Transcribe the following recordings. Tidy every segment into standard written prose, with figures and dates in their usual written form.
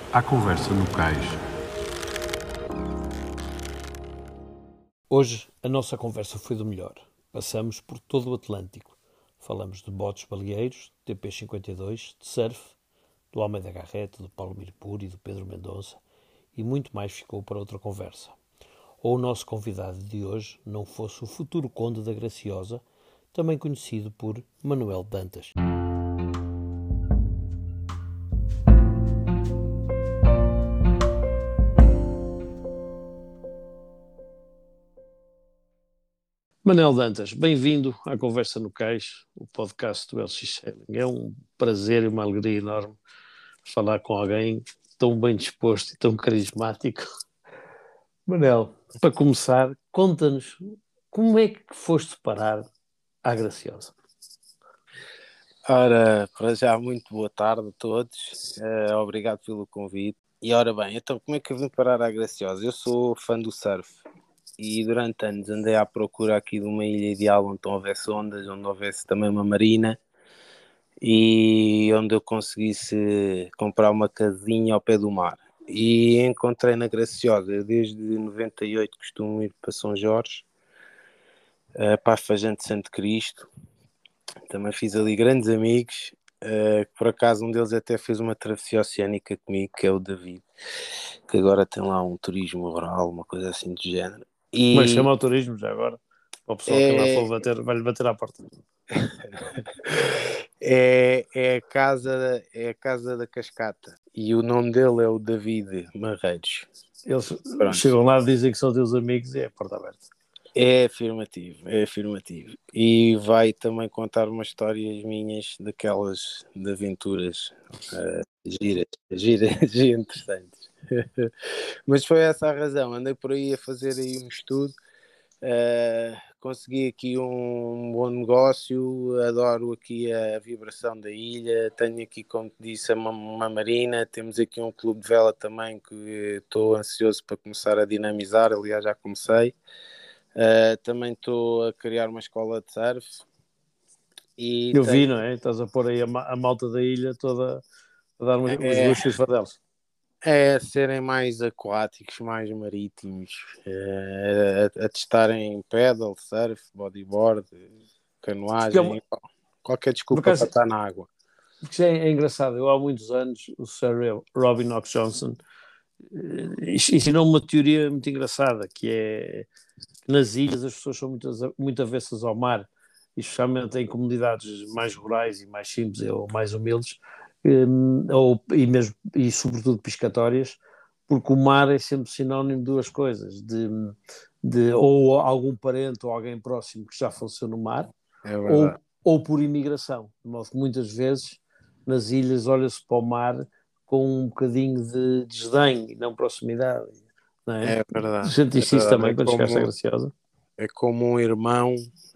À conversa no cais. Hoje a nossa conversa foi do melhor. Passamos por todo o Atlântico. Falamos de botes baleeiros, de TP52, de surf, do Almeida Garrett, do Paulo Mirpuri, do Pedro Mendonça e muito mais ficou para outra conversa. Ou o nosso convidado de hoje não fosse o futuro Conde da Graciosa, também conhecido por Manuel Dantas. Manel Dantas, bem-vindo à Conversa no Cais, o podcast do LX Sailing. É um prazer e uma alegria enorme falar com alguém tão bem disposto e tão carismático. Manel, para começar, conta-nos como é que foste parar à Graciosa? Ora, para já, muito boa tarde a todos, obrigado pelo convite. E ora bem, então como é que eu vim parar à Graciosa? Eu sou fã do surf e durante anos andei à procura aqui de uma ilha ideal onde não houvesse ondas, onde houvesse também uma marina e onde eu conseguisse comprar uma casinha ao pé do mar. E encontrei na Graciosa. Eu desde 98 costumo ir para São Jorge, para a Fajante de Santo Cristo. Também fiz ali grandes amigos, por acaso um deles até fez uma travessia oceânica comigo, que é o David, que agora tem lá um turismo rural, uma coisa assim do género. Como é que se E chama o turismo já agora? Para o pessoal que lá for vai-lhe bater à porta. é a casa da Cascata e o nome dele é o David Marreiros. Eles Pronto. chegam lá e dizem que são teus amigos e é a porta aberta. É afirmativo. E vai também contar umas histórias minhas daquelas de aventuras giras e interessantes. Mas foi essa a razão. Andei por aí a fazer aí um estudo, consegui aqui um bom negócio, adoro aqui a vibração da ilha, tenho aqui, como te disse, uma marina, temos aqui um clube de vela também que estou ansioso para começar a dinamizar, aliás já comecei. Também estou a criar uma escola de surf e Eu vi, não é? Estás a pôr aí a malta da ilha toda a dar umas duas chifadelas. Serem mais aquáticos, mais marítimos, a testarem paddle, surf, bodyboard, canoagem, qualquer desculpa para estar na água. Porque é engraçado, eu há muitos anos, o Sir Robin Knox Johnson ensinou uma teoria muito engraçada, que é que nas ilhas as pessoas são muito avessas ao mar, especialmente em comunidades mais rurais e mais simples ou mais humildes, e sobretudo pescatórias, porque o mar é sempre sinónimo de duas coisas, de ou algum parente ou alguém próximo que já faleceu no mar, ou por imigração, de modo que muitas vezes nas ilhas olha-se para o mar com um bocadinho de desdém e não proximidade. Não é? É verdade. Sentiste isso também quando chegaste à Graciosa? É como um irmão,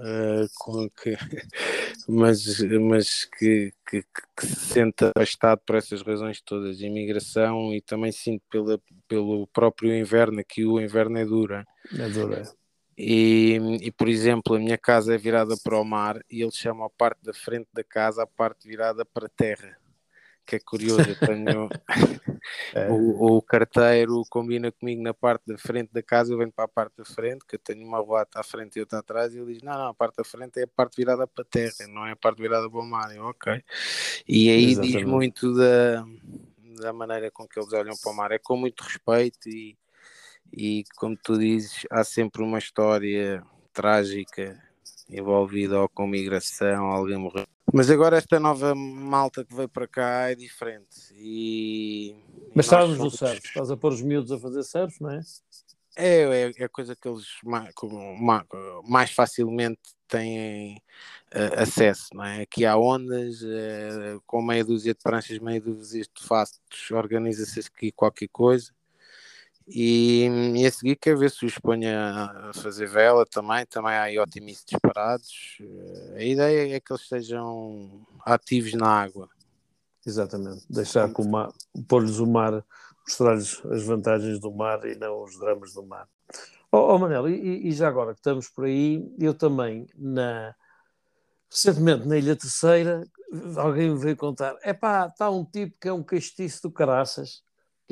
mas que se sente afastado por essas razões todas, imigração e também sinto pelo próprio inverno, que o inverno é duro. É duro, é. E, por exemplo, a minha casa é virada para o mar e eles chamam a parte da frente da casa a parte virada para a terra, que é curioso. Eu tenho o carteiro combina comigo na parte da frente da casa, eu venho para a parte da frente, que eu tenho uma rota à frente e outra atrás, e ele diz, não, a parte da frente é a parte virada para a terra, não é a parte virada para o mar. Eu, ok. E aí Exatamente. Diz muito da maneira com que eles olham para o mar, é com muito respeito e como tu dizes, há sempre uma história trágica envolvida ou com migração, alguém morreu. Mas agora esta nova malta que veio para cá é diferente. Mas estávamos no surf, estás a pôr os miúdos a fazer surf, não é? É a coisa que eles mais facilmente têm acesso, não é? Aqui há ondas, com meia dúzia de pranchas, meia dúzia de fastos, organiza-se aqui qualquer coisa. E a seguir quer ver se os ponha a fazer vela também há aí otimistas parados. A ideia é que eles estejam ativos na água. Exatamente, deixar pôr-lhes o mar, mostrar-lhes as vantagens do mar e não os dramas do mar. Manel, e já agora que estamos por aí, eu também, recentemente na Ilha Terceira, alguém me veio contar, está um tipo que é um castiço do caraças, que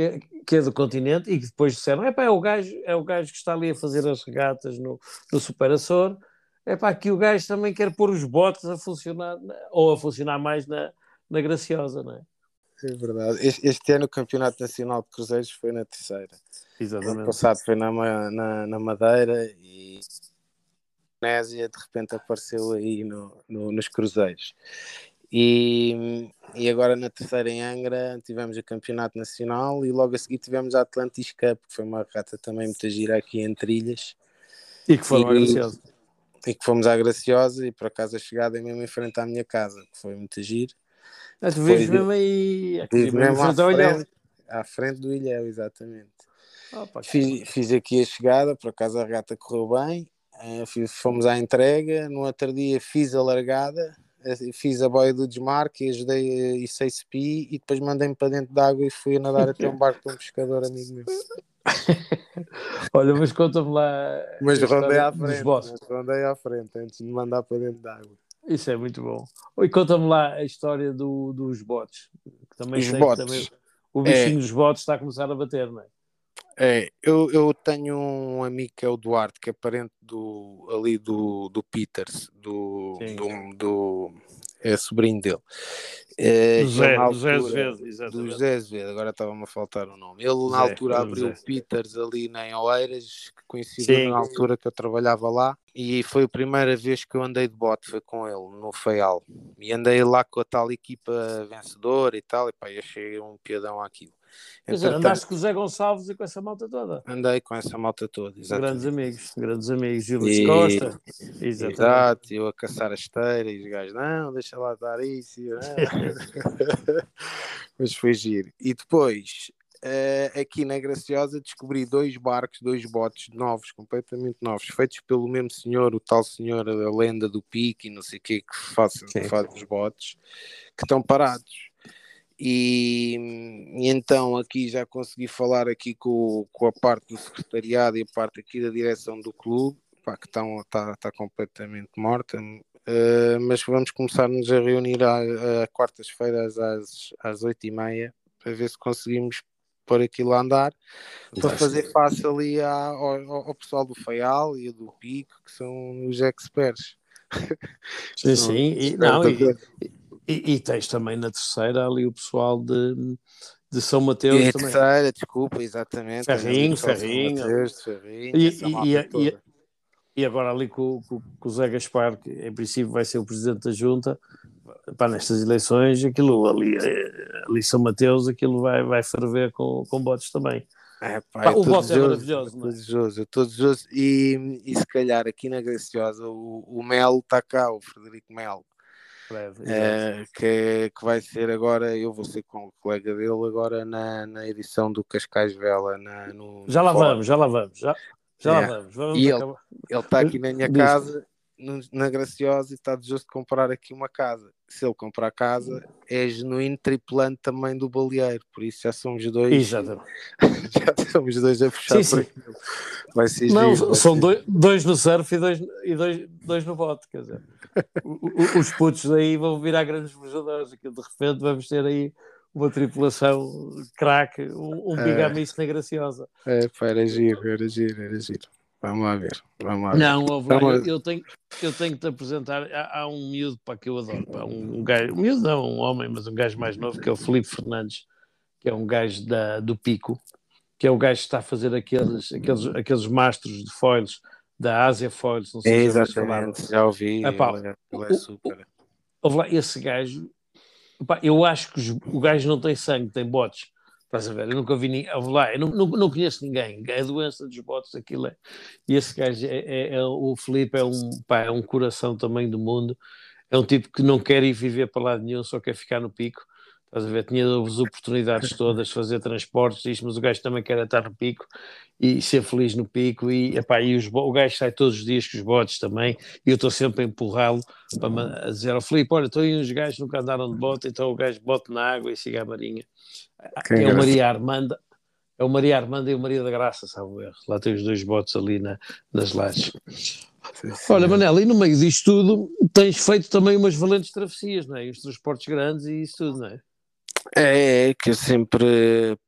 que é do continente, e que depois disseram, é o gajo que está ali a fazer as regatas no Super Açor, aqui o gajo também quer pôr os botes a funcionar, ou a funcionar mais na Graciosa, não é? É verdade. Este ano o Campeonato Nacional de Cruzeiros foi na Terceira. O ano Exatamente. passado foi na Madeira, e a Indonésia de repente apareceu aí nos Cruzeiros. E agora na Terceira, em Angra, tivemos o Campeonato Nacional, e logo a seguir tivemos a Atlantis Cup, que foi uma regata também muito gira aqui em Trilhas. E que foram à Graciosa. E que fomos à Graciosa, e por acaso a chegada é mesmo em frente à minha casa, que foi muito giro. Tu vives mesmo aí, Vivo mesmo em frente ao Ilhéu. à frente do Ilhéu, exatamente. Opa, Fiz aqui a chegada, por acaso a regata correu bem, fomos à entrega, no outro dia fiz a largada, fiz a boia do desmarque, ajudei e 6 pi, e depois mandei-me para dentro d'água e fui a nadar até um barco de um pescador amigo meu. Olha, mas conta-me lá. Mas rondei à frente antes de me mandar para dentro d'água. Isso é muito bom. E conta-me lá a história dos botes. Que também Os sei botes. que também o bichinho dos botes está a começar a bater, não é? Eu tenho um amigo que é o Duarte, que é parente ali do Peters, é sobrinho dele. Do José Azevedo, exatamente. Do José Azevedo, agora estava-me a faltar o nome. Ele na altura abriu o Peters ali em Oeiras, que coincidiu na altura que eu trabalhava lá, e foi a primeira vez que eu andei de bote, foi com ele, no Faial. E andei lá com a tal equipa vencedora e tal, e achei um piadão àquilo. Quer dizer, andaste com o Zé Gonçalves e com essa malta toda? Andei com essa malta toda, exatamente. Grandes amigos. Gil Costa. Exato, eu a caçar a esteira e os gajos, não, deixa lá dar isso. Mas foi giro. E depois, aqui na Graciosa, descobri 2 botes novos, completamente novos, feitos pelo mesmo senhor, o tal senhor, a lenda do pique e não sei o que faz os botes, que estão parados. E então aqui já consegui falar aqui com a parte do secretariado e a parte aqui da direção do clube, que está completamente morta, mas vamos começar-nos a reunir a quartas-feiras às 8h30 para ver se conseguimos pôr aquilo a andar, para fazer face ali ao pessoal do Faial e do Pico, que são os experts. Sim. E tens também na Terceira ali o pessoal de São Mateus e também. Terceira, desculpa, exatamente. Ferrinho. E agora ali com o Zé Gaspar, que em princípio vai ser o presidente da junta, nestas eleições, aquilo ali São Mateus, aquilo vai ferver com botes também. O bote é maravilhoso, não é? Eu estou desejoso. E se calhar aqui na Graciosa o Melo está cá, o Frederico Melo. Que vai ser agora, eu vou ser com o colega dele agora na edição do Cascais Vela já lá vamos. E ele está aqui na minha casa, na Graciosa, e está desejoso de comprar aqui uma casa. Se ele comprar casa, é genuíno tripulante também do baleeiro, por isso já somos 2. Exatamente. Já somos 2 a puxar por aquilo. Vai ser giro. São 2 no surf e dois no bote, quer dizer. Os putos aí vão virar grandes mergulhadores, que de repente vamos ter aí uma tripulação craque, um bigamista na Graciosa. Era giro. Vamos lá ver. Não, eu tenho que te apresentar. Há um miúdo que eu adoro, um gajo, um miúdo não, um homem, mas um gajo mais novo, que é o Filipe Fernandes, que é um gajo do Pico, que é o gajo que está a fazer aqueles mastros de foils da Ásia Foils, não sei se já ouvi, ele é super. Esse gajo, eu acho que o gajo não tem sangue, tem botes. Estás a ver? Eu nunca vi ninguém. Eu não conheço ninguém. É a doença dos botes, aquilo é. E esse gajo, o Filipe, é um coração também do mundo. É um tipo que não quer ir viver para lado nenhum, só quer ficar no Pico. Estás a ver? Tinha as oportunidades todas de fazer transportes, mas o gajo também quer estar no Pico e ser feliz no Pico. O gajo sai todos os dias com os botes também, e eu estou sempre a empurrá-lo para dizer ao Filipe: olha, estou aí uns gajos que nunca andaram de bote, então o gajo bote na água e siga a marinha. É o Maria Armanda. É o Maria Armanda e o Maria da Graça, sabe o erro. Lá tem os 2 botes ali nas lajes. Olha, Manela, e no meio disto tudo tens feito também umas valentes travessias, não é? E os transportes grandes e isso tudo, não é? É que eu sempre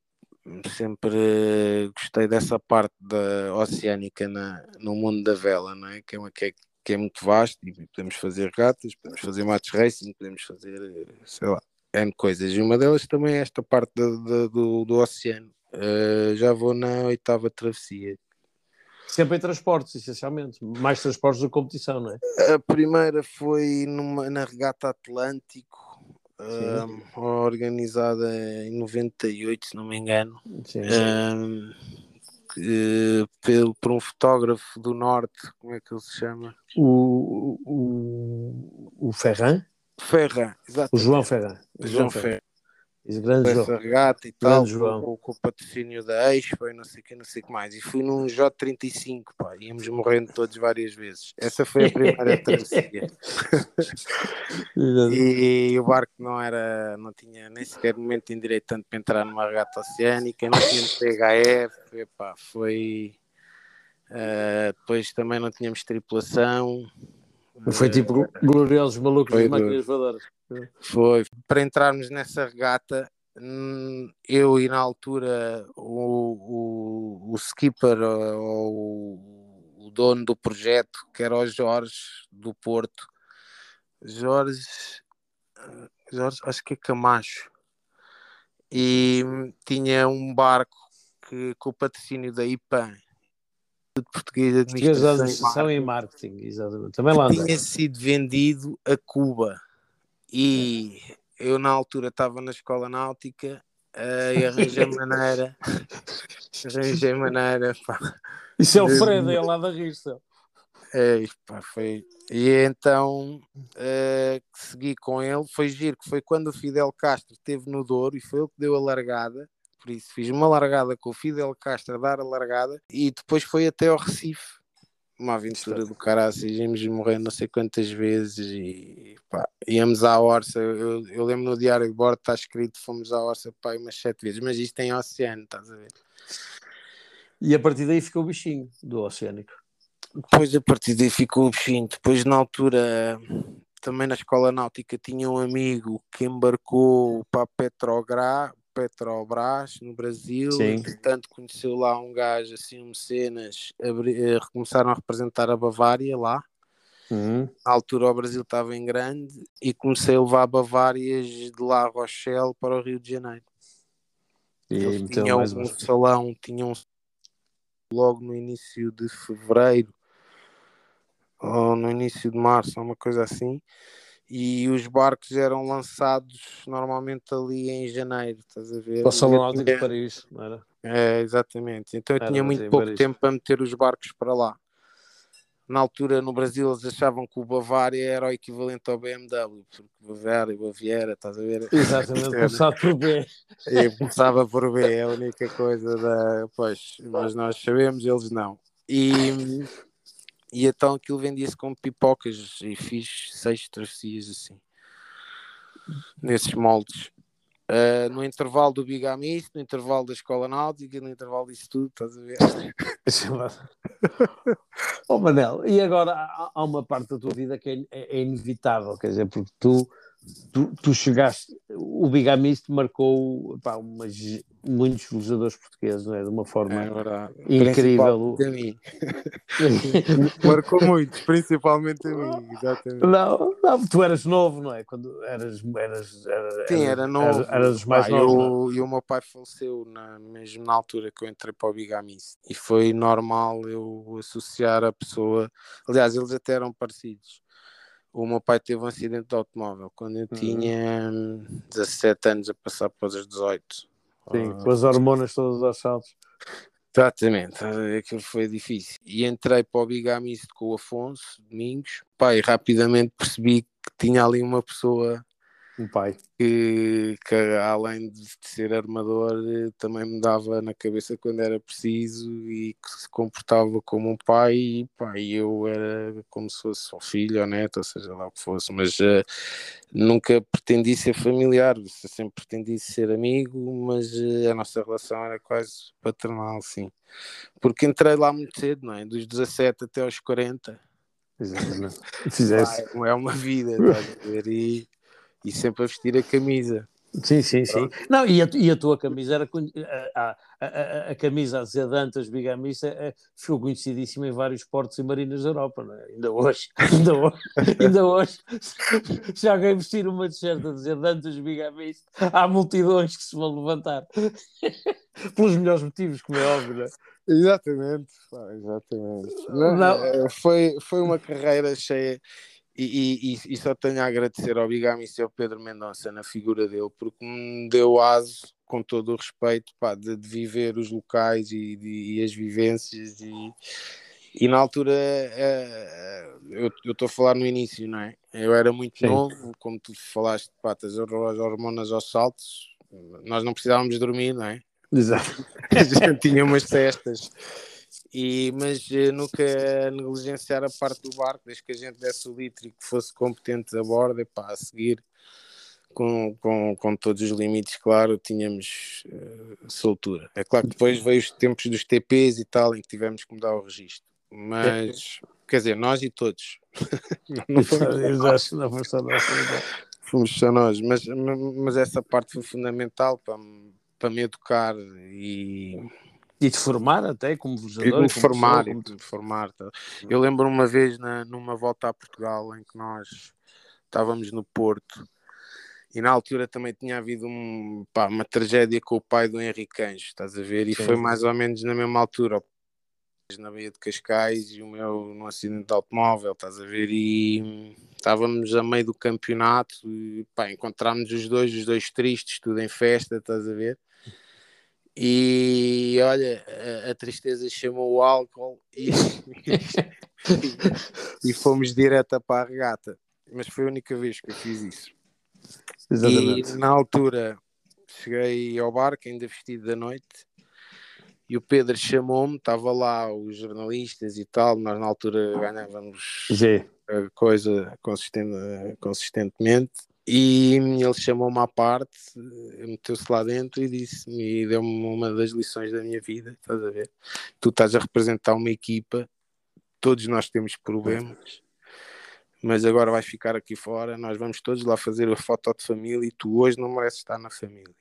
sempre gostei dessa parte da oceânica no mundo da vela, não é? Que é muito vasto e podemos fazer regatas, podemos fazer match racing, podemos fazer, sei lá, N coisas. E uma delas também é esta parte do oceano. Já vou na 8ª travessia. Sempre em transportes, essencialmente. Mais transportes do que competição, não é? A primeira foi na Regata Atlântico, organizada em 98, se não me engano. Por um fotógrafo do Norte, como é que ele se chama? O Ferran? Ferran, exatamente. O João Ferran. João Ferran. Grande João. Essa regata e grande tal, com o patrocínio da Expo e não sei o que mais. E fui num J35, pá, íamos morrendo todos várias vezes. Essa foi a primeira travessia. E o barco não tinha nem sequer momento endireitante para entrar numa regata oceânica, não tinha PHF, epá, foi... depois também não tínhamos tripulação. Foi tipo gloriosos malucos de máquinas voadoras. Foi. Para entrarmos nessa regata, eu e na altura o skipper ou o dono do projeto, que era o Jorge do Porto, Jorge acho que é Camacho, e tinha um barco com o patrocínio da IPAM, de Português de Administração e Marketing, exatamente. Também lá tinha sido vendido a Cuba. E eu na altura estava na escola náutica e arranjei maneira pá, isso é o Fred, é lá da Rista. Pá, foi. E então segui com ele. Foi giro, que foi quando o Fidel Castro esteve no Douro e foi ele que deu a largada. Por isso fiz uma largada com o Fidel Castro a dar a largada e depois foi até ao Recife. Uma aventura do caraças, íamos morrer não sei quantas vezes e pá, íamos à Orça. Eu lembro no diário de bordo está escrito fomos à Orça pá, umas 7 vezes, mas isto tem oceano, estás a ver? E a partir daí ficou o bichinho do oceânico. Depois a partir daí ficou o bichinho. Depois na altura também na escola náutica tinha um amigo que embarcou para Petrobras no Brasil. Portanto conheceu lá um gajo assim, um mecenas, começaram a representar a Bavária lá. Na altura o Brasil estava em grande e comecei a levar Bavárias de La Rochelle para o Rio de Janeiro. Eles tinham um salão, logo no início de fevereiro ou no início de março, uma coisa assim, e os barcos eram lançados normalmente ali em janeiro, estás a ver? Para o Salão Náutico de Paris, não era? Exatamente. Então eu tinha muito pouco tempo para meter os barcos para lá. Na altura no Brasil eles achavam que o Bavária era o equivalente ao BMW, porque Baviera, estás a ver? Exatamente, começava por B. Começava por B, é a única coisa pois, mas nós sabemos, eles não. E então aquilo vendia-se como pipocas e fiz 6 travessias assim, nesses moldes. No intervalo do Bigamist, no intervalo da escola náutica, no intervalo disso tudo, estás a ver? Manel, e agora há uma parte da tua vida que é inevitável, quer dizer, porque tu chegaste, o Bigamist marcou muitos jogadores portugueses, não é? De uma forma incrível. Principalmente a mim. Marcou muitos, principalmente a mim, exatamente. Não, tu eras novo, não é? Quando era novo. Eras mais novo. E o meu pai faleceu mesmo na altura que eu entrei para o Bigamist. E foi normal eu associar a pessoa. Aliás, eles até eram parecidos. O meu pai teve um acidente de automóvel quando eu tinha 17 anos a passar para os 18. Sim, com as hormonas todas aos saltos. Exatamente, aquilo foi difícil. E entrei para o Bigamist com o Afonso Domingos. Pai, rapidamente percebi que tinha ali uma pessoa, um pai, que além de ser armador, também me dava na cabeça quando era preciso e que se comportava como um pai. E pá, eu era como se fosse um filho ou neto, ou seja lá o que fosse, mas nunca pretendi ser familiar, sempre pretendi ser amigo, mas a nossa relação era quase paternal, sim. Porque entrei lá muito cedo, não é? Dos 17 até aos 40. Exatamente. É uma vida, estás a ver? E sempre a vestir a camisa. Sim, sim, sim. Pronto. Não, e a tua camisa era a camisa a dizer Dantas Bigamista ficou conhecidíssima em vários portos e marinas da Europa, não é? Ainda hoje, ainda hoje, se alguém vestir uma t-shirt a dizer Dantas Bigamista, há multidões que se vão levantar pelos melhores motivos, como é óbvio, não é? Exatamente, pá, exatamente. Não, Não, foi uma carreira cheia. E só tenho a agradecer ao Bigami e ao Pedro Mendonça na figura dele, porque me deu aso, com todo o respeito, pá, de viver os locais e as vivências. E na altura, eu estou a falar no início, não é? Eu era muito sim. novo, como tu falaste, pá, as hormonas aos saltos, nós não precisávamos dormir, não é? Exato. A gente tinha umas cestas. Mas nunca negligenciar a parte do barco, desde que a gente desse o litro e que fosse competente a bordo, e pá, a seguir com todos os limites, claro, tínhamos soltura. É claro que depois veio os tempos dos TPs e tal, em que tivemos que mudar o registro, mas quer dizer, nós e todos. Não fomos Exato, não foi só nós, exato. fomos só nós, mas essa parte foi fundamental para me educar E te formar até como e de vojador me e como pessoa. formar, tá? Eu lembro uma vez numa volta a Portugal em que nós estávamos no Porto e na altura também tinha havido uma tragédia com o pai do Henrique Anjo, estás a ver? E foi mais ou menos na mesma altura, na Baía de Cascais e o meu num acidente de automóvel, estás a ver? E estávamos a meio do campeonato e pá, encontrámos os dois tristes, tudo em festa, estás a ver? E olha, a tristeza chamou o álcool e fomos direta para a regata. Mas foi a única vez que eu fiz isso. Exatamente. E na altura cheguei ao barco, ainda vestido da noite, e o Pedro chamou-me, estava lá os jornalistas e tal, nós na altura ganhávamos a coisa consistentemente. E ele chamou-me à parte, meteu-se lá dentro e disse-me, e deu-me uma das lições da minha vida, estás a ver? Tu estás a representar uma equipa, todos nós temos problemas, mas agora vais ficar aqui fora, nós vamos todos lá fazer a foto de família e tu hoje não mereces estar na família.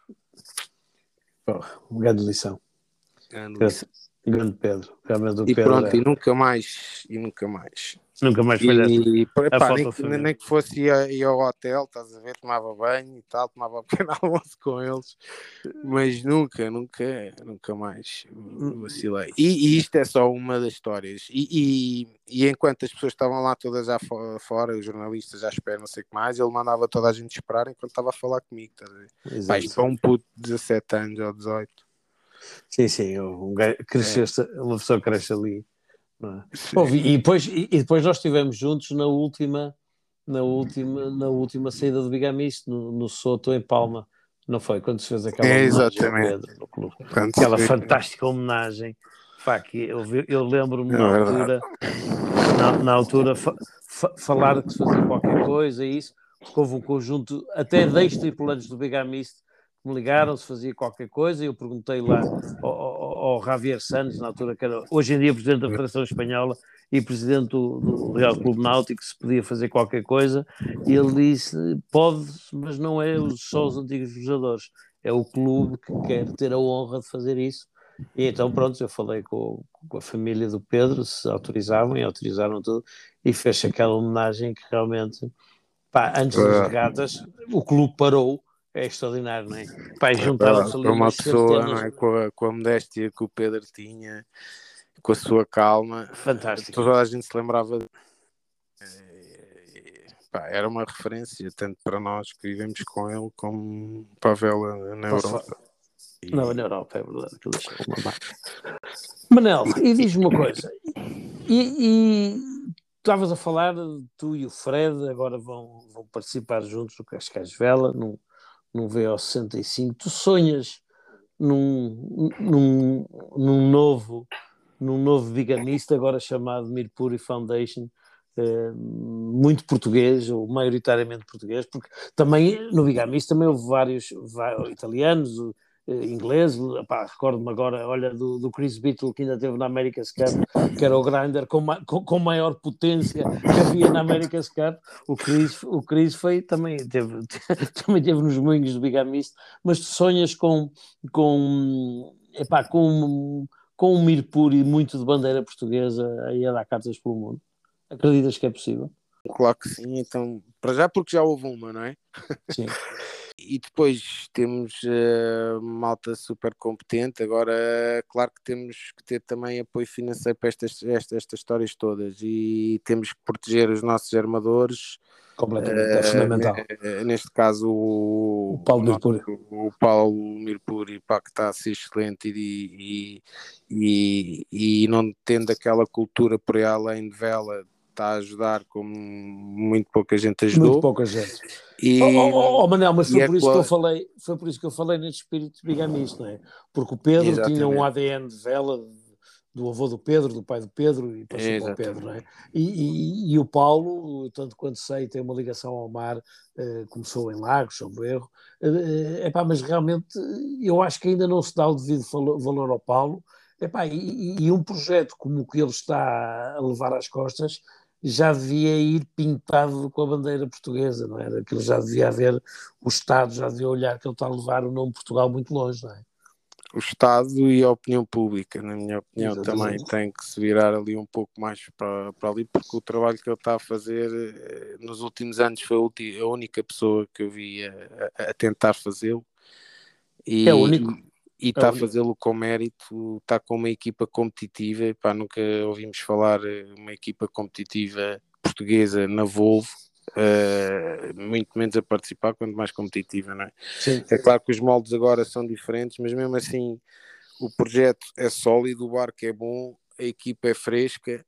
Uma grande lição. Grande Pedro. Realmente o E Pedro pronto, e nunca mais. Nunca mais falhaste a Pá, foto família. nem que fosse ir ao hotel, estás a ver, tomava banho e tal, tomava um pequeno almoço com eles, mas nunca mais vacilei. E isto é só uma das histórias. E enquanto as pessoas estavam lá todas já fora, os jornalistas à espera, não sei o que mais, ele mandava toda a gente esperar enquanto estava a falar comigo, estás a ver? Pá, isto para um puto de 17 anos ou 18. Sim, cresceste, uma pessoa cresce ali. Não é? E depois nós estivemos juntos na última saída do Bigamiste, no Soto, em Palma. Não foi? Quando se fez aquela homenagem ao Pedro no clube. Aquela fantástica homenagem. Eu lembro-me na altura falar que se fazia qualquer coisa e isso, porque houve um conjunto, até 10 tripulantes do Bigamiste que me ligaram se fazia qualquer coisa, e eu perguntei lá ao Javier Santos, na altura que era hoje em dia presidente da Federação Espanhola e presidente do Real Clube Náutico, se podia fazer qualquer coisa, e ele disse, pode, mas não é só os antigos jogadores, é o clube que quer ter a honra de fazer isso. E então pronto, eu falei com a família do Pedro, se autorizavam, e autorizaram tudo, e fez aquela homenagem que realmente, pá, antes das regatas, o clube parou. É extraordinário, não é? Pá, juntaram-se ali Para uma umas pessoa, centenas. não é? Com a modéstia que o Pedro tinha, com a sua calma, Fantástico. toda a gente se lembrava. Pá, era uma referência, tanto para nós que vivemos com ele, como para a vela na Europa. Não, na Europa, é verdade, que deixou uma marca. Manel, e diz-me uma coisa, e estavas a falar, tu e o Fred agora vão participar juntos do Cascais Vela, num VO65. Tu sonhas num novo bigamista, agora chamado Mirpuri Foundation, muito português, ou maioritariamente português, porque também no bigamista também houve vários italianos, inglês, pá, recordo-me agora, olha, do Chris Beatle, que ainda teve na America's Cup, que era o grinder com maior potência que havia na America's Cup. O Chris foi, também também teve nos moinhos do Bigamist, mas tu sonhas epá, com um Mirpur e muito de bandeira portuguesa aí a dar cartas pelo mundo. Acreditas que é possível? Claro que sim, então, para já porque já houve uma, não é? Sim. E depois temos malta super competente. Agora, claro que temos que ter também apoio financeiro para estas histórias todas e temos que proteger os nossos armadores. Completamente, é fundamental. Neste caso, O Paulo Mirpur. o Paulo Mirpuri, pá, que está a ser excelente e não tendo aquela cultura por aí além de vela, está a ajudar como muito pouca gente Muito ajudou. pouca gente. E, Manel, mas foi e por isso que eu falei, neste espírito bigamista, não é? Porque o Pedro tinha um exatamente. ADN de vela do avô do Pedro, do pai do Pedro, e passou para o Pedro, não é? E o Paulo, tanto quanto sei, tem uma ligação ao mar, começou em Lagos, salvo erro, mas realmente eu acho que ainda não se dá o devido valor ao Paulo, e um projeto como o que ele está a levar às costas já devia ir pintado com a bandeira portuguesa, não era? Aquilo já devia haver, o Estado já devia olhar que ele está a levar o nome Portugal muito longe, não é? O Estado e a opinião pública, na minha opinião, também Exatamente. tem que se virar ali um pouco mais para ali, porque o trabalho que ele está a fazer nos últimos anos foi a única pessoa que eu vi a tentar fazê-lo É único. e É está a único. fazê-lo com mérito, está com uma equipa competitiva. E, pá, nunca ouvimos falar uma equipa competitiva portuguesa na Volvo. Muito menos a participar, quanto mais competitiva, não é? Sim. É claro que os moldes agora são diferentes, mas mesmo assim o projeto é sólido, o barco é bom, a equipa é fresca.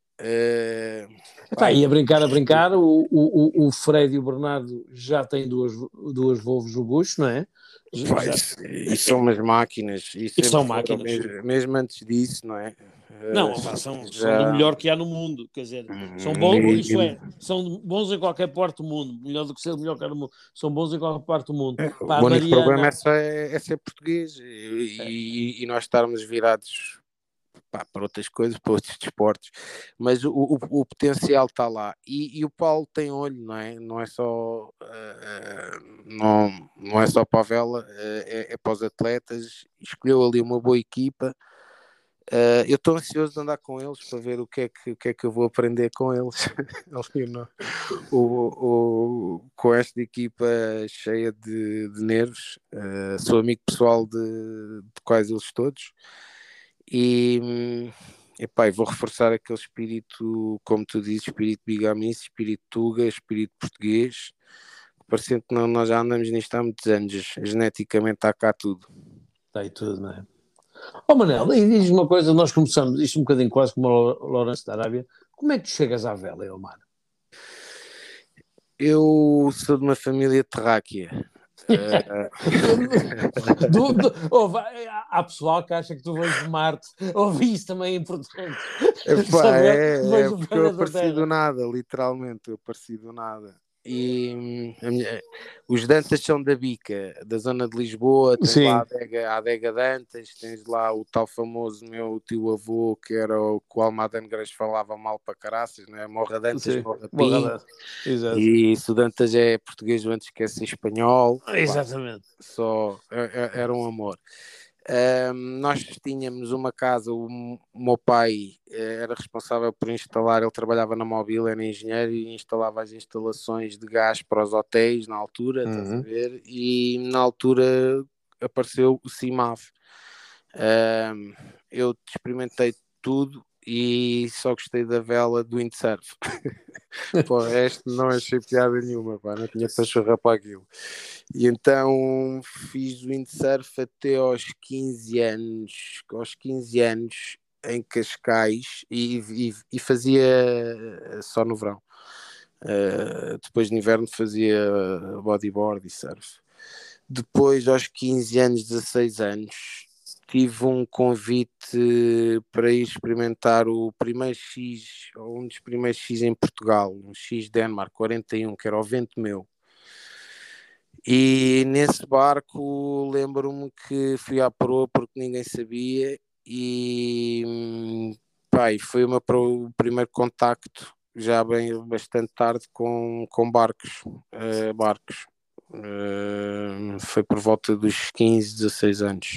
E a brincar, o Fred e o Bernardo já têm duas Volvos no bucho, não é? Já, E são umas máquinas, e e sempre são foram, máquinas. mesmo antes disso, não é? Não, são do Já. melhor que há no mundo, quer dizer, são bons, isto é, são bons em qualquer parte do mundo, melhor do que ser o melhor que há no mundo, são bons em qualquer parte do mundo. Pá, a O único problema Mariana, é ser português e nós estarmos virados para outras coisas, para outros desportos, mas o potencial está lá e o Paulo tem olho, não é? Não é só não é só para a vela, é para os atletas, escolheu ali uma boa equipa. Eu estou ansioso de andar com eles para ver o que é que eu vou aprender com eles. Com esta equipa cheia de nervos. Sou amigo pessoal de quase eles todos e epá, vou reforçar aquele espírito, como tu dizes, espírito bigamista, espírito tuga, espírito português, parecendo que não, nós já andamos nisto há muitos anos, geneticamente está cá tudo. está aí tudo, não é? Manel, e diz uma coisa, nós começamos isto um bocadinho quase como o Lourenço da Arábia, como é que tu chegas à vela, Elmar? Eu sou de uma família terráquea. Há pessoal que acha que tu vens de Marte, isso também é importante. Epá, Saber que é vens do porque eu planeta apareci do Terra. nada, literalmente, eu apareci do nada. Os Dantas são da Bica, da zona de Lisboa, tens lá Sim, a Adega Dantas, tens lá o tal famoso meu tio-avô, que era o que o Almadano Greix falava mal para caraças, né? Morra Dantas, sim, morra Pim, borrada. Exato. e se o Dantas é português, o antes quer ser espanhol, pá, Exatamente. só era um amor. Nós tínhamos uma casa, o meu pai era responsável por instalar, ele trabalhava na Mobile, era engenheiro e instalava as instalações de gás para os hotéis na altura, estás a ver? E na altura apareceu o CIMAV. Eu experimentei tudo e só gostei da vela do windsurf. Pô, o resto não achei piada nenhuma, pá, não tinha pachorra para aquilo. E então fiz windsurf até aos 15 anos, em Cascais e fazia só no verão. Depois no inverno fazia bodyboard e surf. Depois aos 15 anos, 16 anos, tive um convite para ir experimentar o primeiro X, ou um dos primeiros X em Portugal, um X Denmark 41, que era o vento meu. E nesse barco lembro-me que fui à proa porque ninguém sabia e pá, e foi o primeiro contacto já bastante tarde com barcos. Barcos. Foi por volta dos 15, 16 anos.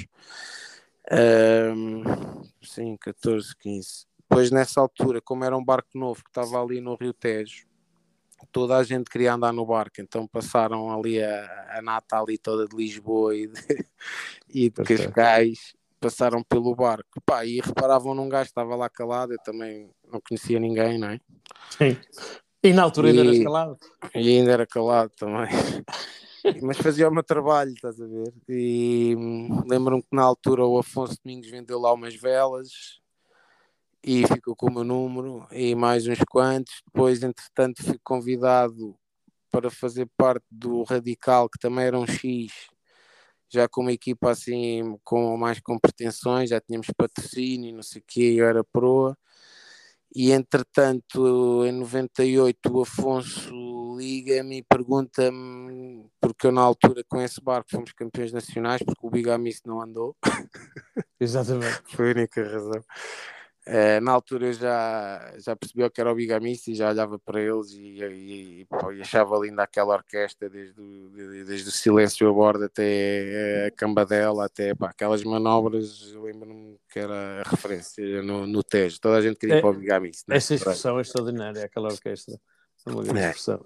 Sim, 14, 15. Depois nessa altura, como era um barco novo que estava ali no Rio Tejo, toda a gente queria andar no barco, então passaram ali a nata ali toda de Lisboa e de Cascais, passaram pelo barco. Pá, e reparavam num gajo que estava lá calado, eu também não conhecia ninguém, não é? Sim. E na altura ainda eras calado. E ainda era calado também. Mas fazia o meu trabalho, estás a ver? E lembro-me que na altura o Afonso Domingos vendeu lá umas velas e ficou com o meu número e mais uns quantos. Depois, entretanto, fui convidado para fazer parte do Radical, que também era um X, já com uma equipa assim, com pretensões, já tínhamos patrocínio, não sei o quê, eu era proa. E entretanto, em 98, o Afonso liga-me e pergunta-me, porque eu na altura com esse barco fomos campeões nacionais, porque o Bigamist não andou. Exatamente. Foi a única razão. Na altura eu já percebi que era o Bigamist e já olhava para eles e achava linda aquela orquestra, desde o Silêncio a Bordo até a Cambadela, até aquelas manobras. Eu lembro-me que era a referência no Tejo, toda a gente queria ir para o Bigamist, né? Essa expressão é extraordinária, aquela orquestra. É uma grande expressão.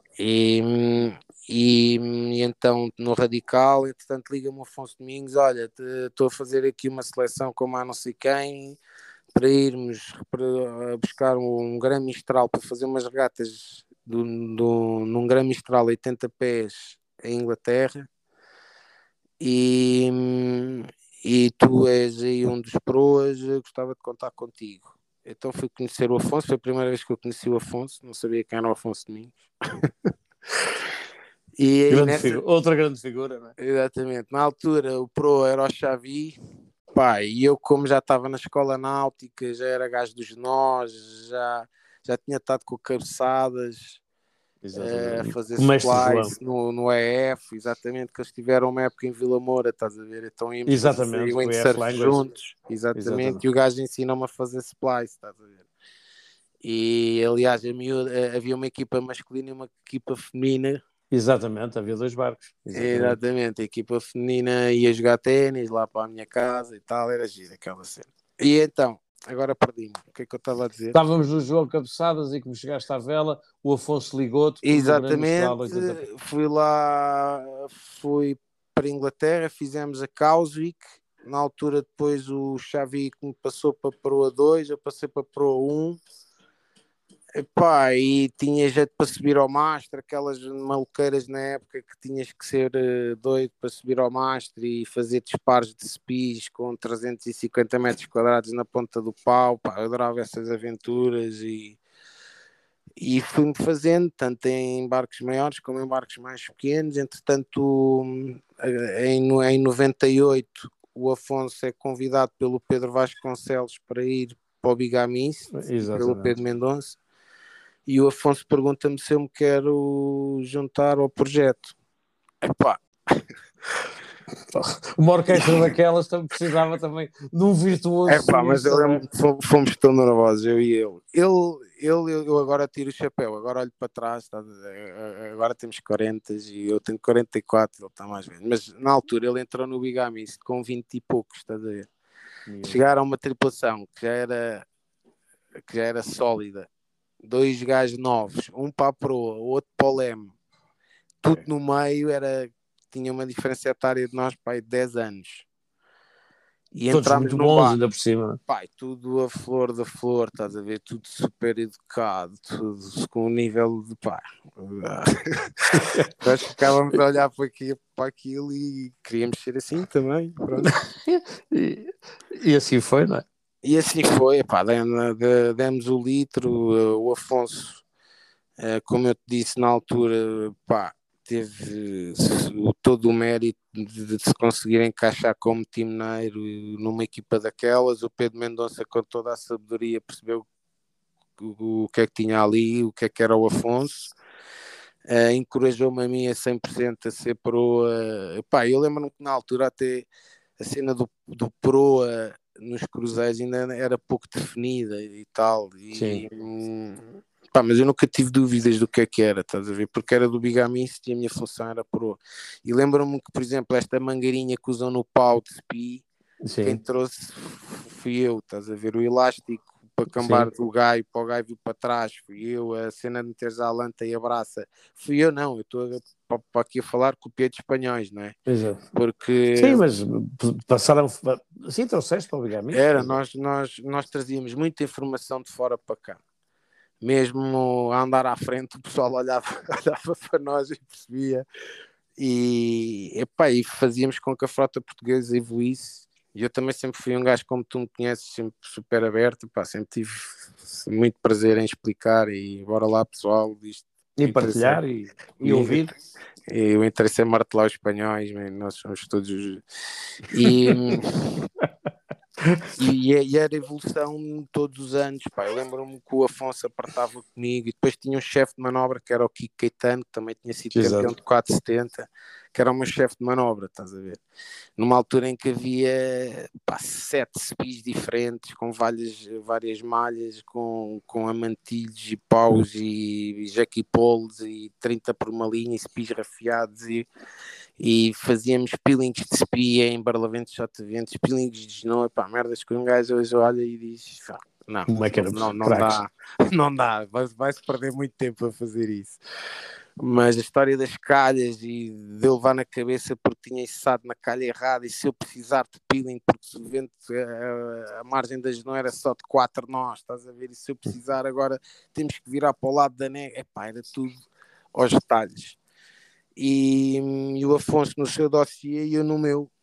E então no Radical, entretanto, liga-me o Afonso Domingos: olha, estou a fazer aqui uma seleção como há não sei quem, para irmos para buscar um Gran Mistral para fazer umas regatas num Gran Mistral 80 pés em Inglaterra, e tu és aí um dos proas, eu gostava de contar contigo. Então fui conhecer o Afonso, foi a primeira vez que eu conheci o Afonso, não sabia quem era o Afonso Domingos. Outra grande figura, não é? Exatamente, na altura o pro era o Xavi. Pá, e eu, como já estava na escola náutica, já era gajo dos nós, já tinha estado com cabeçadas, a fazer splice no EF, exatamente, que eles tiveram uma época em Vila Moura, estás a ver? Então íamos fazer o windsurf juntos, exatamente, e o gajo ensinou-me a fazer splice, estás a ver? E aliás, havia uma equipa masculina e uma equipa feminina. Exatamente, havia 2 barcos. Exatamente, a equipa feminina ia jogar ténis lá para a minha casa e tal, era gira aquela cena. E então, agora perdi-me, o que é que eu estava a dizer? Estávamos no jogo cabeçadas e como chegaste à vela, o Afonso ligou-te. Exatamente, fui lá, fui para a Inglaterra, fizemos a Causwick, na altura depois o Xavi me passou para a Proa 2, eu passei para a Proa 1. Epá, e tinha jeito para subir ao mastro, aquelas maluqueiras na época que tinhas que ser doido para subir ao mastro e fazer disparos de spis com 350 metros quadrados na ponta do pau. Pá, eu adorava essas aventuras e fui-me fazendo, tanto em barcos maiores como em barcos mais pequenos. Entretanto, em 98, o Afonso é convidado pelo Pedro Vasconcelos para ir para o Bigamist e pelo Pedro Mendonça. E o Afonso pergunta-me se eu me quero juntar ao projeto. Epá. Uma orquestra daquelas precisava também de um virtuoso. Epá, mas eu lembro que fomos tão nervosos, eu e ele. Eu agora tiro o chapéu, agora olho para trás, agora temos 40 e eu tenho 44, ele está mais velho. Mas na altura ele entrou no Bigamist com 20 e poucos, estás a ver? Chegaram a uma tripulação que já era sólida. 2 gajos novos, um para a proa, o outro para o leme, tudo no meio, tinha uma diferença etária de nós, pai, de 10 anos. E todos muito bons, ainda por cima. Pai, tudo a flor da flor, estás a ver? Tudo super educado, tudo com um nível de pá. Nós ficávamos a olhar para aquilo e queríamos ser assim também. E assim foi, não é? E assim foi, pá, demos o litro, o Afonso, como eu te disse na altura, pá, teve todo o mérito de se conseguir encaixar como timoneiro numa equipa daquelas. O Pedro Mendonça, com toda a sabedoria, percebeu o que é que tinha ali, o que é que era o Afonso. encorajou-me a mim a 100% a ser proa. Pá, eu lembro-me que na altura até a cena do proa nos cruzeiros ainda era pouco definida e tal, pá, mas eu nunca tive dúvidas do que era, estás a ver? Porque era do Bigamist e a minha função era proa. E lembro-me que, por exemplo, esta mangueirinha que usam no pau de spi, quem trouxe fui eu, estás a ver? O elástico para cambar do gaio para o gaio vir para trás, fui eu. A cena de meteres a lanta e a braça, fui eu, não. Eu estou aqui a falar com o pé de espanhóis, não é? Exato. Porque sim, mas passaram. Sim, trouxeste para o Bigamist. era, nós trazíamos muita informação de fora para cá. Mesmo a andar à frente, o pessoal olhava para nós e percebia. E fazíamos com que a frota portuguesa evoluísse. E eu também sempre fui um gajo, como tu me conheces, sempre super aberto. Pá, sempre tive muito prazer em explicar. E bora lá, pessoal. E partilhar e ouvir. E o interesse é martelar os espanhóis, nós somos todos. E era evolução todos os anos, pá. Eu lembro-me que o Afonso apertava comigo e depois tinha um chefe de manobra que era o Kiko Caetano, que também tinha sido campeão de 470, que era o meu chefe de manobra, estás a ver? Numa altura em que havia 7 spis diferentes, com várias malhas, com amantilhos e paus e jaquipoles e 30 por uma linha e spis rafiados e fazíamos peelings de spia em Barlaventos, Sotaventos, peelings de snow, pá, merdas que um gajo hoje olha e diz, não, como é que era? não dá, vai-se perder muito tempo a fazer isso. Mas a história das calhas e de eu levar na cabeça porque tinha içado na calha errada e se eu precisar de peeling porque se o vento, a margem da não era só de 4 nós, estás a ver? E se eu precisar agora temos que virar para o lado da nega, era tudo aos detalhes. E o Afonso no seu dossiê e eu no meu.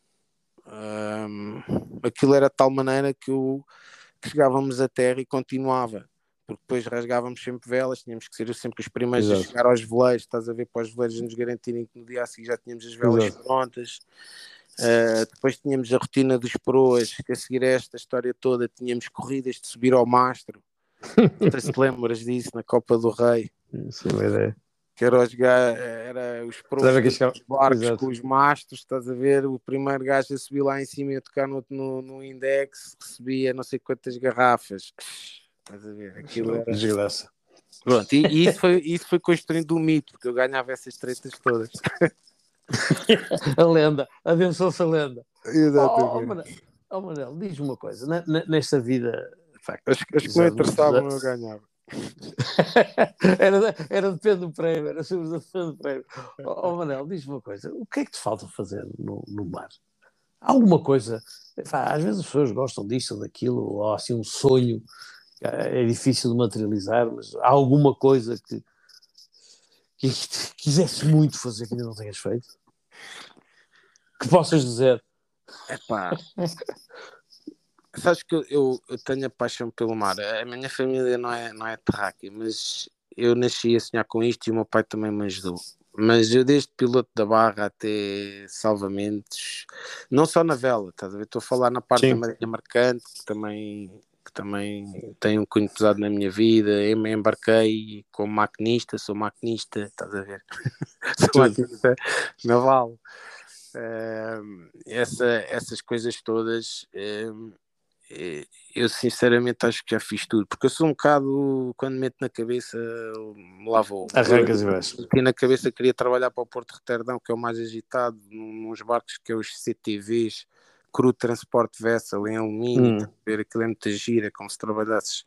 Aquilo era de tal maneira que chegávamos à terra e continuava, porque depois rasgávamos sempre velas, tínhamos que ser sempre os primeiros a chegar aos veleiros, estás a ver, para os veleiros nos garantirem que no dia a seguir já tínhamos as velas prontas. Depois tínhamos a rotina dos proas, que a seguir a esta história toda tínhamos corridas de subir ao mastro. Não sei se te lembras disso, na Copa do Rei. Sim, uma ideia. Que era os proas dos barcos com os mastros, estás a ver? O primeiro gajo a subir lá em cima e a tocar no index recebia não sei quantas garrafas. Estás a ver? Aquilo era... Desgraça. Pronto, e isso foi construindo um mito, porque eu ganhava essas tretas todas. A lenda, abençoou-se a lenda. Exatamente. Manel, diz-me uma coisa, nesta vida... As que não interessavam eu ganhava. era depende do prémio, era sobre depende do prémio. Manel, diz-me uma coisa, o que é que te falta fazer no mar? Há alguma coisa, às vezes as pessoas gostam disto ou daquilo, ou há assim um sonho, é difícil de materializar, mas há alguma coisa que quisesse muito fazer que ainda não tenhas feito? Que possas dizer? Sabes que eu tenho a paixão pelo mar. A minha família não é terráquea, mas eu nasci a sonhar com isto e o meu pai também me ajudou. Mas eu desde piloto da barra até salvamentos, não só na vela, estás a ver? Estou a falar na parte da marinha mercante, que também tem um cunho pesado na minha vida. Eu me embarquei como maquinista, sou maquinista, estás a ver? Sou maquinista naval. Essas coisas todas... eu sinceramente acho que já fiz tudo, porque eu sou um bocado, quando meto na cabeça, lá vou. Arrancas e vais. Aqui na cabeça queria trabalhar para o Porto de Roterdão, que é o mais agitado, nos barcos que é os CTVs, Crew Transport Vessel, em alumínio, ver aquilo é muita gira, como se trabalhasses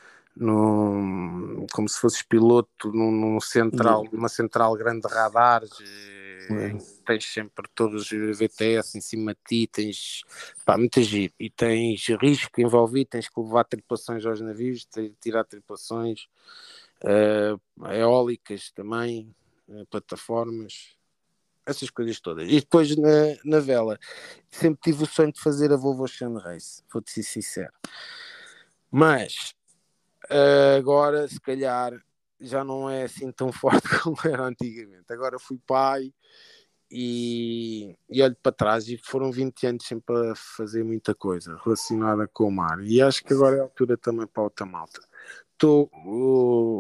como se fosses piloto numa central grande de radares. Tens sempre todos os VTS em cima de ti, tens muita giro e tens risco envolvido, tens que levar tripulações aos navios, tirar tripulações, eólicas também, plataformas, essas coisas todas. E depois na vela sempre tive o sonho de fazer a Volvo Ocean Race, vou-te ser sincero, mas agora se calhar já não é assim tão forte como era antigamente. Agora fui pai e olho para trás e foram 20 anos sempre a fazer muita coisa relacionada com o mar, e acho que agora é a altura também para outra malta.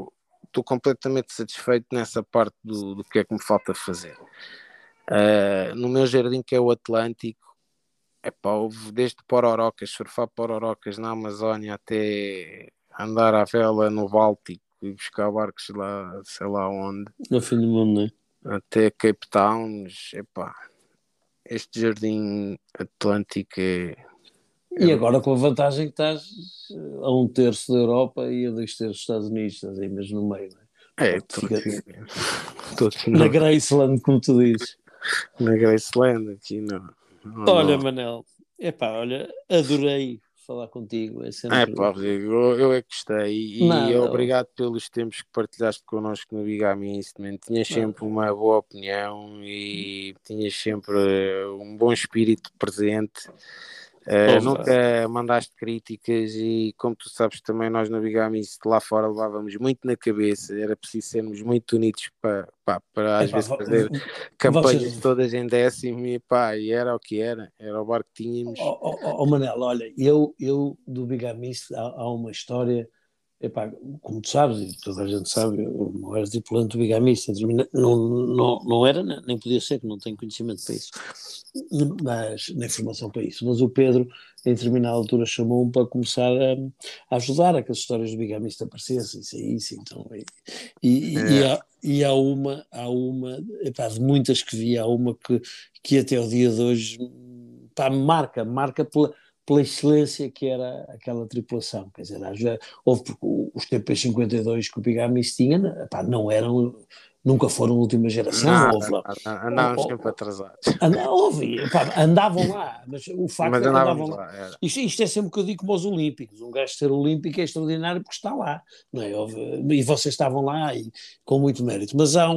estou completamente satisfeito nessa parte do que é que me falta fazer. No meu jardim, que é o Atlântico, houve desde Pororocas, surfar Pororocas na Amazónia, até andar à vela no Báltico e buscar barcos lá, sei lá onde, No fim do mundo, não é? até Cape Town. Este jardim Atlântico E agora com a vantagem que estás a 1/3 da Europa e a 2/3 dos Estados Unidos, estás aí mesmo no meio, não é? estou aqui Na Graceland, como tu dizes. na Graceland, aqui não. Olha, Manel, olha, adorei falar contigo. É sempre. Rodrigo, eu é que gostei e obrigado pelos tempos que partilhaste connosco no Bigami. Tinhas sempre uma boa opinião e tinhas sempre um bom espírito presente. Nunca mandaste críticas e, como tu sabes, também nós no Bigami lá fora levávamos muito na cabeça. Era preciso sermos muito unidos para às vezes fazer campanhas todas em décimo e era o que era o barco que tínhamos. Manel, olha, eu do Bigami há uma história. Como tu sabes, e toda a gente sabe, eu não era tripulante do Bigamista, não era, nem podia ser, que não tenho conhecimento para isso, nem formação para isso. Mas o Pedro, em determinada altura, chamou-me para começar a ajudar a que as histórias do Bigamista aparecessem, saíssem. Então, há uma de muitas que vi, há uma que até o dia de hoje marca pela excelência que era aquela tripulação. Quer dizer, houve os TP-52 que o Bigamis tinha, nunca foram a última geração. Andávamos sempre atrasados. Andavam lá, mas o facto é que andavam lá. Isto é sempre o que eu digo como aos Olímpicos. Um gajo ser olímpico é extraordinário porque está lá, não é? E vocês estavam lá e com muito mérito. Mas há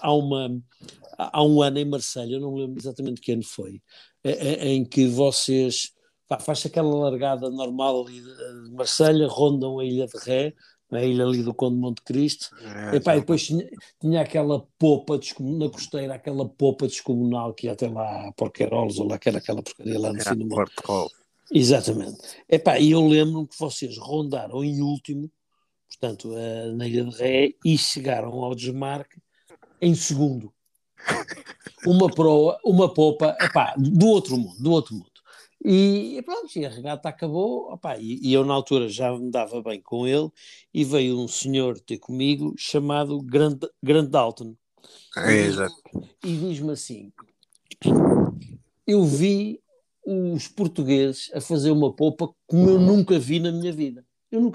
um ano em Marselha, eu não me lembro exatamente que ano foi, em que vocês faz aquela largada normal ali de Marselha, rondam a Ilha de Ré, a ilha ali do Conde de Monte Cristo, e depois tinha aquela popa na costeira, aquela popa descomunal que ia até lá a Porqueirolos, ou lá que era aquela porcaria lá no fim do mundo. Exatamente. E eu lembro que vocês rondaram em último, portanto, na Ilha de Ré, e chegaram ao desmarque em segundo. Uma popa, do outro mundo. E pronto, e a regata acabou, e eu na altura já me dava bem com ele, e veio um senhor ter comigo chamado Grant Dalton. E diz-me assim: eu vi os portugueses a fazer uma popa como eu nunca vi na minha vida.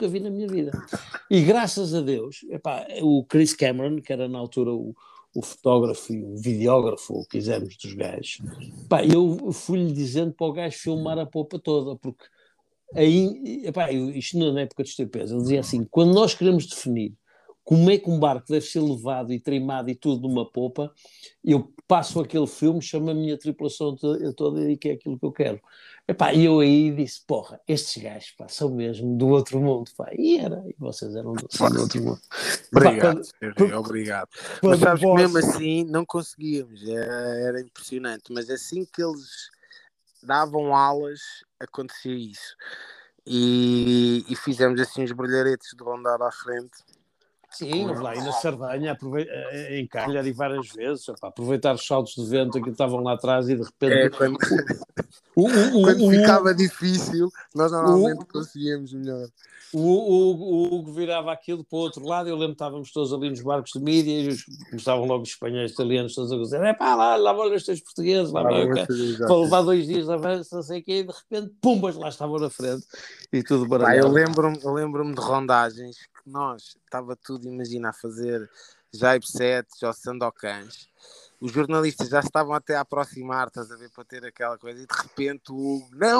E graças a Deus, o Chris Cameron, que era na altura o fotógrafo e o videógrafo, ou quisermos, dos gajos, eu fui-lhe dizendo para o gajo filmar a popa toda, porque aí, isto na época dos TPs, ele dizia assim: quando nós queremos definir como é que um barco deve ser levado e trimado e tudo numa popa, eu passo aquele filme, chamo a minha tripulação toda e que é aquilo que eu quero. E eu aí disse: porra, estes gajos são mesmo do outro mundo. E vocês eram do outro mundo. Obrigado. Mas sabes que mesmo assim não conseguíamos, era impressionante, mas assim que eles davam alas, acontecia isso. E fizemos assim os brilharetes de rondar à frente. Sim, lá e na Sardanha, em Calhar e várias vezes, aproveitar os saltos de vento que estavam lá atrás e de repente... Quando ficava difícil, nós normalmente conseguíamos melhor. O Hugo virava aquilo para o outro lado, eu lembro que estávamos todos ali nos barcos de mídia e começavam logo os espanhóis, italianos, todos a dizer: lá vão os teus portugueses, para levar 2 dias de avanço, não sei o quê, e de repente, pumbas, lá estavam na frente e tudo baralhado. Eu lembro-me de rondagens que nós, estava tudo, imagina, a fazer Jaib 7, ou Sandocãs. Os jornalistas já estavam até a aproximar, estás a ver, para ter aquela coisa, e de repente o Hugo, não!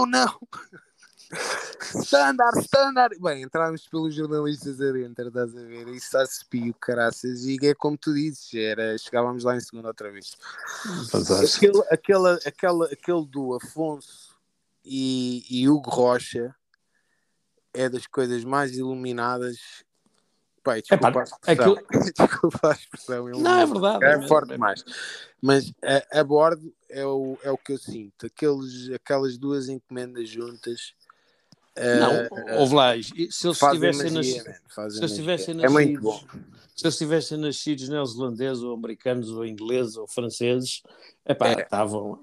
Standard! Bem, entrámos pelos jornalistas adentro, estás a ver? Isso está se pio, caraças, e é como tu dizes, chegávamos lá em segunda outra vez. Aquele do Afonso e Hugo Rocha é das coisas mais iluminadas. Desculpa a expressão. Não, é verdade. É forte demais. Mas a bordo é o que eu sinto. Aquelas 2 encomendas juntas Não, houve lá, se eles tivessem É muito bom. Se eles tivessem nascidos neozelandeses ou americanos ou ingleses ou franceses, estavam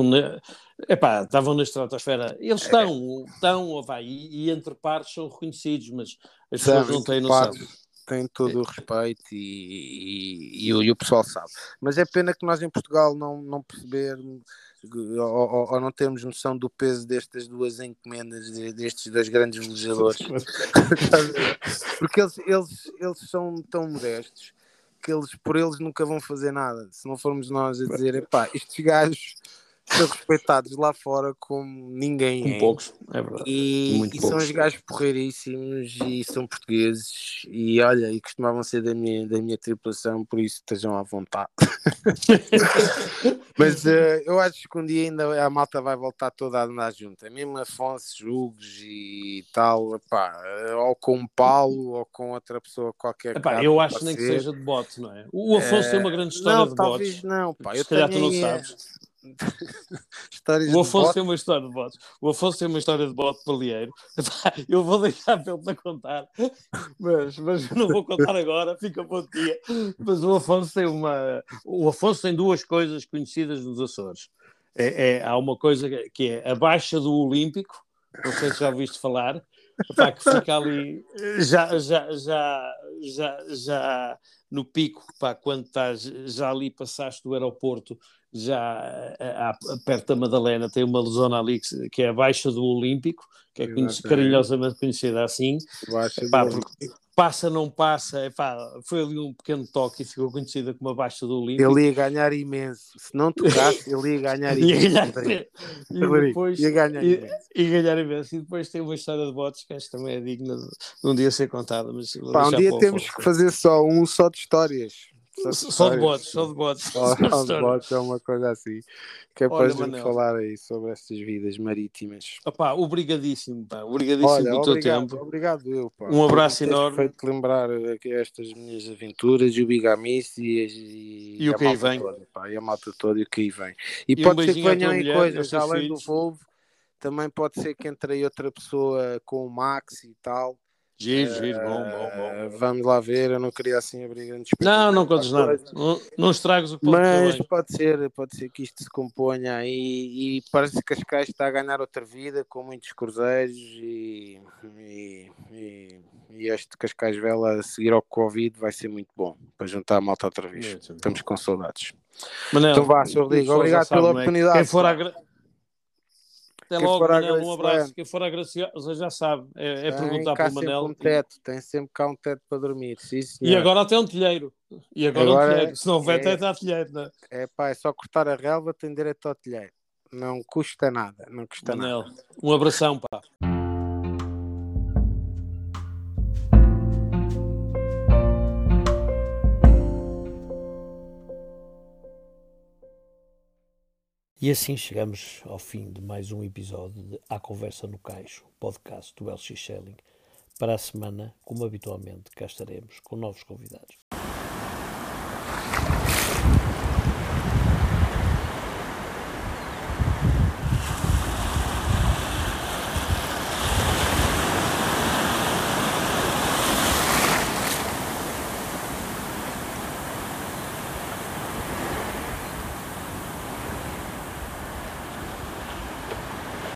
na estratosfera. Eles estão, e entre pares são reconhecidos, mas as pessoas não têm noção. Tem todo o respeito e o pessoal sabe. Mas é pena que nós em Portugal não percebermos ou não termos noção do peso destas duas encomendas, destes dois grandes velejadores. Porque eles são tão modestos que por eles nunca vão fazer nada. Se não formos nós a dizer, estes gajos são respeitados lá fora como ninguém é. Poucos, é verdade. E são os gajos porreiríssimos e são portugueses e olha, e costumavam ser da minha tripulação, por isso estejam à vontade. Mas eu acho que um dia ainda a malta vai voltar toda a andar junto. Mesmo Afonso, Hugos e tal, ou com um Paulo ou com outra pessoa qualquer. Eu acho nem que seja de bote, não é? O Afonso tem uma grande história de botes. Não, se calhar tu não sabes. O Afonso tem uma história de botes. O Afonso tem uma história de bote baleeiro. Eu vou deixar para ele contar, mas eu não vou contar agora, fica para o dia. Mas o Afonso tem duas coisas conhecidas nos Açores. Há uma coisa que é a Baixa do Olímpico, não sei se já ouviste falar, que fica ali já no pico, quando estás já ali, passaste do aeroporto, já perto da Madalena, tem uma zona ali que é a Baixa do Olímpico, que é carinhosamente conhecida assim. Passa, não passa, foi ali um pequeno toque e ficou conhecida como a Baixa do Olímpico. Ele ia ganhar imenso, se não tocasse ele ia ganhar imenso. Ia ganhar imenso. E depois tem uma história de botes que acho que também é digna de um dia ser contada. Mas um dia temos que fazer só de histórias. Só de botes. Só de botes é uma coisa assim. Que é para a gente falar aí sobre estas vidas marítimas. Obrigadíssimo pelo teu tempo. Obrigado eu, Um abraço enorme. Feito lembrar estas minhas aventuras e o Bigamice e o que aí vem. E a malta toda e o que aí vem. E pode ser que venham aí coisas, além do Volvo, também pode ser que entre aí outra pessoa com o Max e tal. Giro, bom. Vamos lá ver, eu não queria assim abrir grandes não contes nada, não estragues o que pode mas pode ser que isto se componha aí e parece que Cascais está a ganhar outra vida com muitos cruzeiros e este Cascais Vela a seguir ao Covid vai ser muito bom para juntar a malta outra vez. Estamos com saudades. Manel, então vá, Sr. Rodrigo, obrigado pela oportunidade. Quem for Até logo, Manel, um abraço. Quem for a Graciosa já sabe, é perguntar para o Manel. Tem sempre cá um teto para dormir. Sim, e agora até um telheiro. Se não houver teto, há telheiro. Não é? É só cortar a relva, tem direito ao telheiro. Não custa nada. Manel, um abração, pá. E assim chegamos ao fim de mais um episódio de A Conversa no Caixo, podcast do LX Shelling. Para a semana, como habitualmente, cá estaremos com novos convidados.